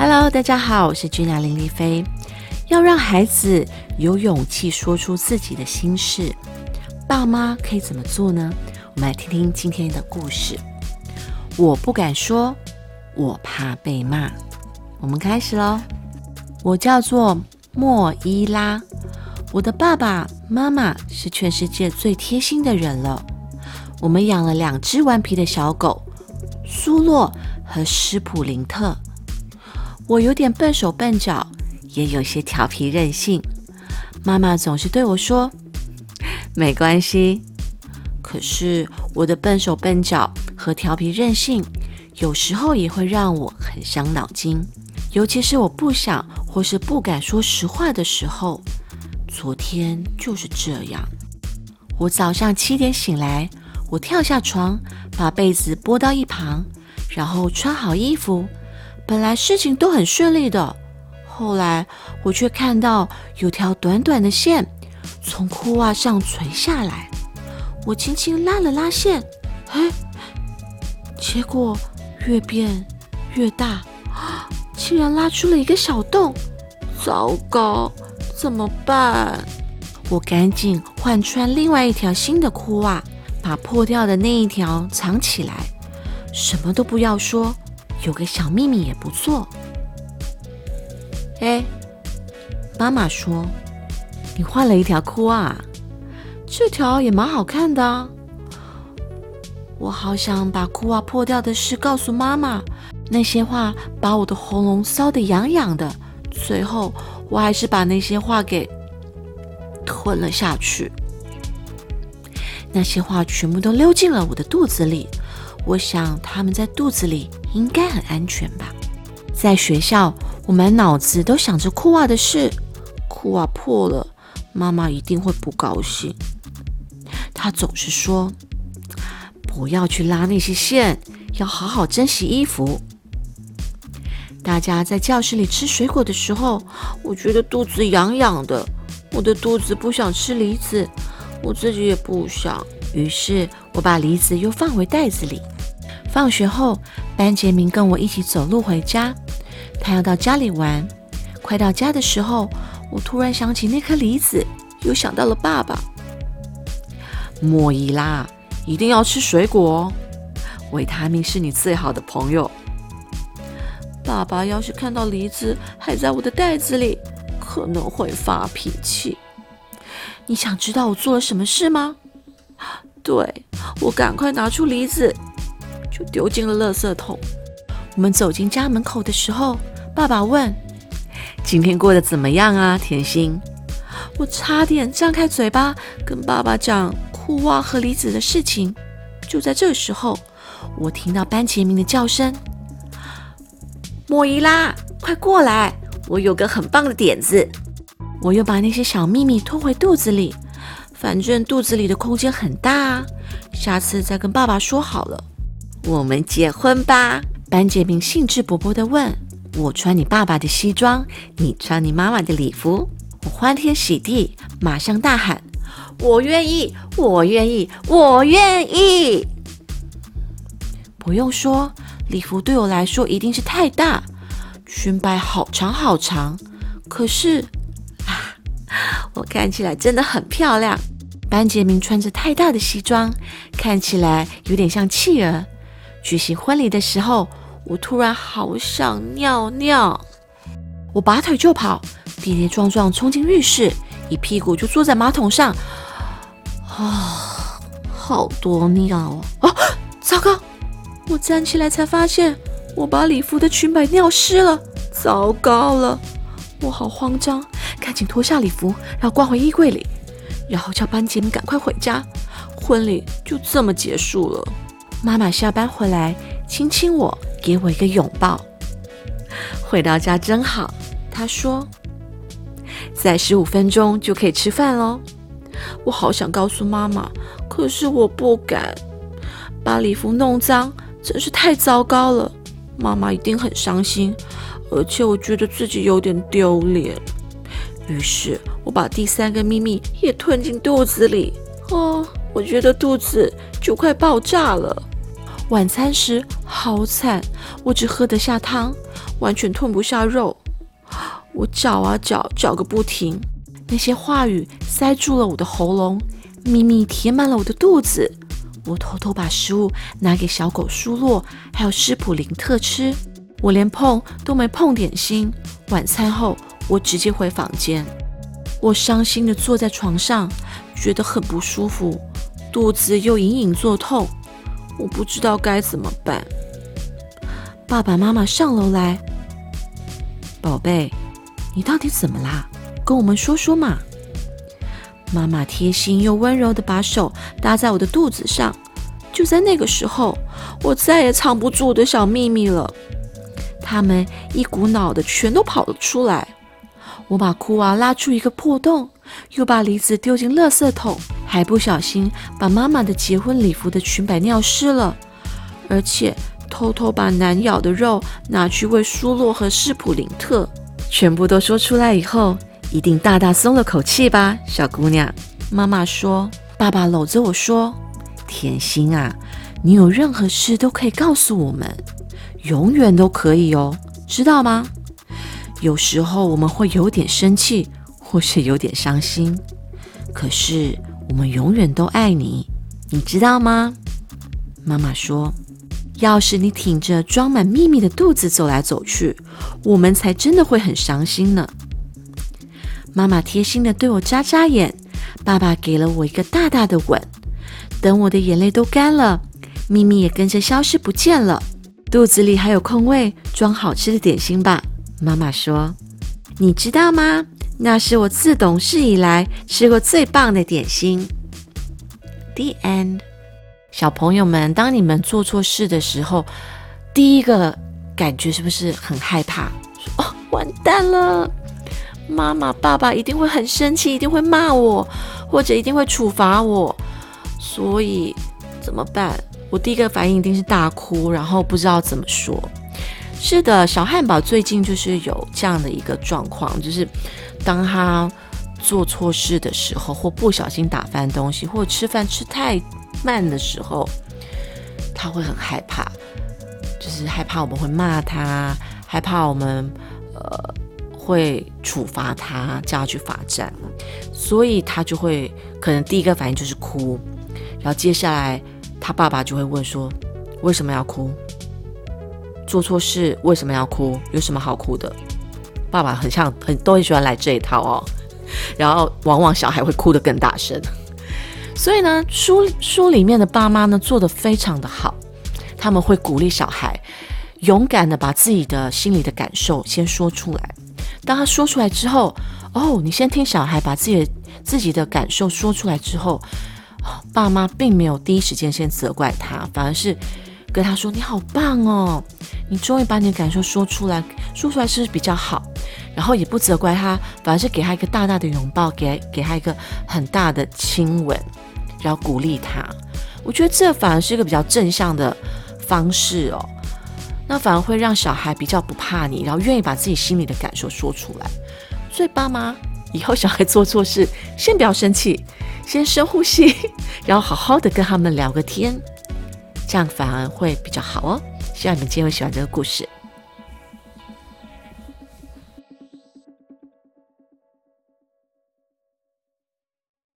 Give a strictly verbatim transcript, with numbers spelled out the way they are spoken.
Hello， 大家好，我是君雅林丽菲。要让孩子有勇气说出自己的心事，爸妈可以怎么做呢？我们来听听今天的故事。我不敢说，我怕被骂。我们开始咯。我叫做莫伊拉，我的爸爸妈妈是全世界最贴心的人了。我们养了两只顽皮的小狗，苏洛和施普林特。我有点笨手笨脚，也有些调皮任性。妈妈总是对我说，没关系。可是我的笨手笨脚和调皮任性，有时候也会让我很伤脑筋。尤其是我不想或是不敢说实话的时候，昨天就是这样。我早上七点醒来，我跳下床，把被子拨到一旁，然后穿好衣服。本来事情都很顺利的，后来我却看到有条短短的线从裤袜上垂下来。我轻轻拉了拉线，哎，结果越变越大，竟然拉出了一个小洞。糟糕，怎么办？我赶紧换穿另外一条新的裤袜，把破掉的那一条藏起来，什么都不要说，有个小秘密也不错。哎，妈妈说，你换了一条裤袜，这条也蛮好看的啊。我好想把裤袜破掉的事告诉妈妈，那些话把我的喉咙烧得痒痒的，最后我还是把那些话给吞了下去。那些话全部都溜进了我的肚子里，我想他们在肚子里应该很安全吧。在学校，我满脑子都想着裤袜的事，裤袜破了，妈妈一定会不高兴。她总是说，不要去拉那些线，要好好珍惜衣服。大家在教室里吃水果的时候，我觉得肚子痒痒的，我的肚子不想吃梨子，我自己也不想，于是我把梨子又放回袋子里。放学后，班杰明跟我一起走路回家，他要到家里玩。快到家的时候，我突然想起那颗梨子，又想到了爸爸。莫伊拉，一定要吃水果哦，维他命是你最好的朋友。爸爸要是看到梨子还在我的袋子里，可能会发脾气。你想知道我做了什么事吗？对，我赶快拿出梨子，就丢进了垃圾桶。我们走进家门口的时候，爸爸问，今天过得怎么样啊，甜心？我差点张开嘴巴跟爸爸讲裤袜和梨子的事情。就在这时候，我听到班杰明的叫声，莫伊拉，快过来，我有个很棒的点子。我又把那些小秘密吞回肚子里，反正肚子里的空间很大啊，下次再跟爸爸说好了。我们结婚吧，班杰明兴致勃勃地问。我穿你爸爸的西装，你穿你妈妈的礼服。我欢天喜地，马上大喊，我愿意，我愿意，我愿意。不用说，礼服对我来说一定是太大，裙摆好长好长，可是啊，我看起来真的很漂亮。班杰明穿着太大的西装，看起来有点像企鹅。举行婚礼的时候，我突然好想尿尿，我拔腿就跑，跌跌撞撞冲进浴室，一屁股就坐在马桶上。啊，好多尿哦！啊，糟糕！我站起来才发现，我把礼服的裙摆尿湿了，糟糕了！我好慌张，赶紧脱下礼服，然后挂回衣柜里，然后叫班杰明赶快回家。婚礼就这么结束了。妈妈下班回来，亲亲我，给我一个拥抱。回到家真好，她说，再十五分钟就可以吃饭咯。我好想告诉妈妈，可是我不敢。把礼服弄脏真是太糟糕了，妈妈一定很伤心，而且我觉得自己有点丢脸。于是我把第三个秘密也吞进肚子里。哦，我觉得肚子就快爆炸了。 晚餐时好惨，我只喝得下汤，完全吞不下肉。我嚼啊嚼，嚼个不停。那些话语塞住了我的喉咙，秘密填满了我的肚子。我偷偷把食物拿给小狗舒洛，还有施普林特吃。我连碰都没碰点心。晚餐后，我直接回房间。我伤心地坐在床上，觉得很不舒服，肚子又隐隐作痛。我不知道该怎么办。爸爸妈妈上楼来，宝贝，你到底怎么啦？跟我们说说嘛。妈妈贴心又温柔地把手搭在我的肚子上。就在那个时候，我再也藏不住我的小秘密了。他们一股脑的全都跑了出来。我把库娃拉出一个破洞，又把梨子丢进垃圾桶，还不小心把妈妈的结婚礼服的裙摆尿湿了，而且偷偷把难咬的肉拿去喂舒洛和施普林特。全部都说出来以后，一定大大松了口气吧，小姑娘。妈妈说。爸爸搂着我说，甜心啊，你有任何事都可以告诉我们，永远都可以哦，知道吗？有时候我们会有点生气，或是有点伤心，可是我们永远都爱你，你知道吗？妈妈说，要是你挺着装满秘密的肚子走来走去，我们才真的会很伤心呢。妈妈贴心地对我眨眨眼，爸爸给了我一个大大的吻。等我的眼泪都干了，秘密也跟着消失不见了。肚子里还有空位装好吃的点心吧，妈妈说。你知道吗？那是我自懂事以来吃过最棒的点心。The end。 小朋友们，当你们做错事的时候，第一个感觉是不是很害怕？哦，完蛋了，妈妈爸爸一定会很生气，一定会骂我，或者一定会处罚我，所以怎么办？我第一个反应一定是大哭，然后不知道怎么说。是的，小汉堡最近就是有这样的一个状况，就是当他做错事的时候，或不小心打翻东西，或者吃饭吃太慢的时候，他会很害怕，就是害怕我们会骂他，害怕我们呃会处罚他，叫他去罚站，所以他就会可能第一个反应就是哭，然后接下来他爸爸就会问说，为什么要哭？做错事为什么要哭？有什么好哭的？爸爸很像很都很喜欢来这一套哦，然后往往小孩会哭得更大声。所以呢，书书里面的爸妈呢做得非常的好，他们会鼓励小孩勇敢的把自己的心里的感受先说出来。当他说出来之后，哦，你先听小孩把自己的自己的感受说出来之后，爸妈并没有第一时间先责怪他，反而是跟他说，你好棒哦，你终于把你的感受说出来，说出来是比较好，然后也不责怪他，反而是给他一个大大的拥抱，给给他一个很大的亲吻，然后鼓励他。我觉得这反而是一个比较正向的方式哦，那反而会让小孩比较不怕你，然后愿意把自己心里的感受说出来。所以爸妈以后小孩做错事，先不要生气，先深呼吸，然后好好的跟他们聊个天，这样反而会比较好哦。希望你们今天会喜欢这个故事。